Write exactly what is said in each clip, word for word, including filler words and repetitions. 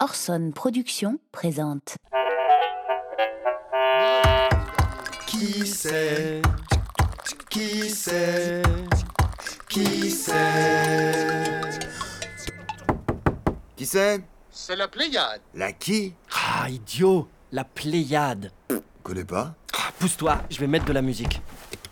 Orson Productions présente. Qui c'est? Qui c'est? Qui c'est? Qui c'est? C'est la Pléiade. La qui? Ah, idiot! La Pléiade. Connais pas? Ah, pousse-toi, je vais mettre de la musique.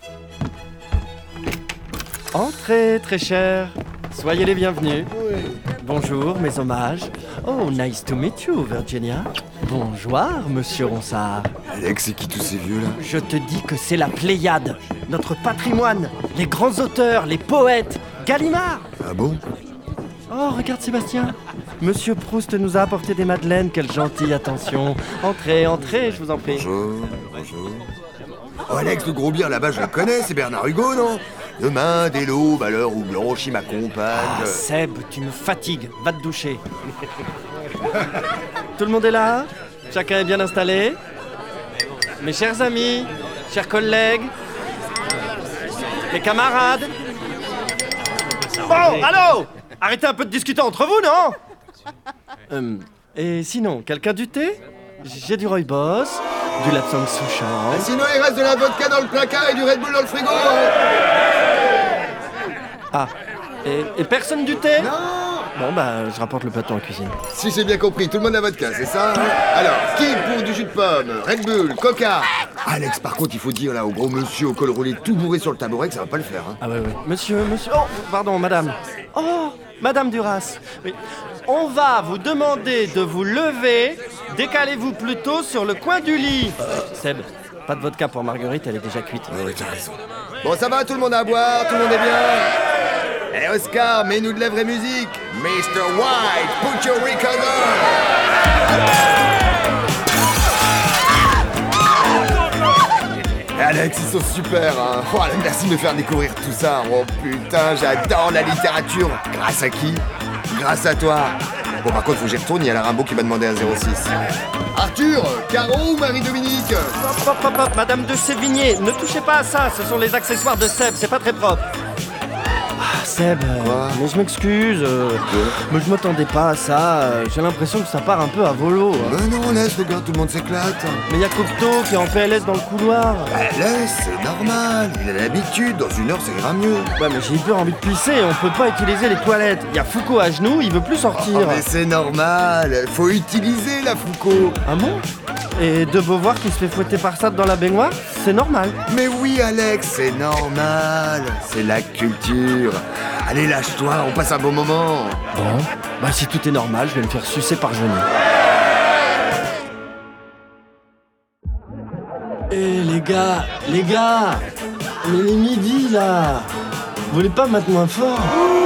Entrez, très cher. Soyez les bienvenus. Oui. Bonjour, mes hommages. Oh, nice to meet you, Virginia. Bonjour, monsieur Ronsard. Alex, c'est qui tous ces vieux là? Je te dis que c'est la Pléiade, notre patrimoine, les grands auteurs, les poètes, Gallimard. Ah bon? Oh, regarde Sébastien. Monsieur Proust nous a apporté des madeleines, quelle gentille attention. Entrez, entrez, je vous en prie. Bonjour, bonjour. Oh Alex, le gros bien là-bas, je le connais, c'est Bernard Hugo, non? Demain, dès l'aube, à l'heure où Blanchi m'accompagne. Ah, Seb, tu me fatigues, va te doucher. Tout le monde est là? Chacun est bien installé? Mes chers amis, chers collègues, les camarades. Bon, allô! Arrêtez un peu de discuter entre vous, non? euh, Et sinon, quelqu'un du thé? J'ai du rooibos, du lapsang souchant. Sinon, il reste de la vodka dans le placard et du Red Bull dans le frigo. Ah, et, et personne du thé? Non. Bon, bah, je rapporte le plateau en cuisine. Si j'ai bien compris, tout le monde a vodka, c'est ça, hein? Alors, qui pour du jus de pomme? Red Bull, Coca? Alex, par contre, il faut dire là au gros monsieur au col roulé tout bourré sur le tabouret que ça va pas le faire, hein. Ah ouais, ouais. Monsieur, monsieur... Oh, pardon, madame. Oh, madame Duras. Oui. On va vous demander de vous lever. Décalez-vous plutôt sur le coin du lit. Seb, pas de vodka pour Marguerite, elle est déjà cuite. Ouais, ouais, t'as raison. Bon, ça va, tout le monde à boire, tout le monde est bien? Eh Oscar, mets-nous de la vraie musique. mister White, put your record on. Alex, ils sont super, hein. Oh, merci de me faire découvrir tout ça. Oh putain, j'adore la littérature. Grâce à qui? Grâce à toi. Bon, par contre, faut que j'y retourne, il y a la Rimbaud qui m'a demandé un zéro six. Arthur, Caro ou Marie-Dominique? Hop, hop, hop, hop, madame de Sévigné, ne touchez pas à ça, ce sont les accessoires de Seb, c'est pas très propre. Ah, Seb, euh, Quoi? mais je m'excuse, euh, mais je m'attendais pas à ça, euh, j'ai l'impression que ça part un peu à volo. Hein. Mais non, laisse, regarde, tout le monde s'éclate. Mais il y a Cocteau qui est en P L S dans le couloir. Bah laisse, c'est normal, il a l'habitude, dans une heure ça ira mieux. Ouais, mais j'ai hyper envie de pisser, on peut pas utiliser les toilettes. Il y a Foucault à genoux, il veut plus sortir. Oh, mais c'est normal, faut utiliser la Foucault. Ah bon? Et de Beauvoir qui se fait fouetter par ça dans la baignoire, c'est normal. Mais oui Alex, c'est normal, c'est la culture. Allez lâche-toi, on passe un bon moment. Bon, bah si tout est normal, je vais me faire sucer par Johnny. Eh les gars, les gars, mais les midis là, vous voulez pas mettre moins fort?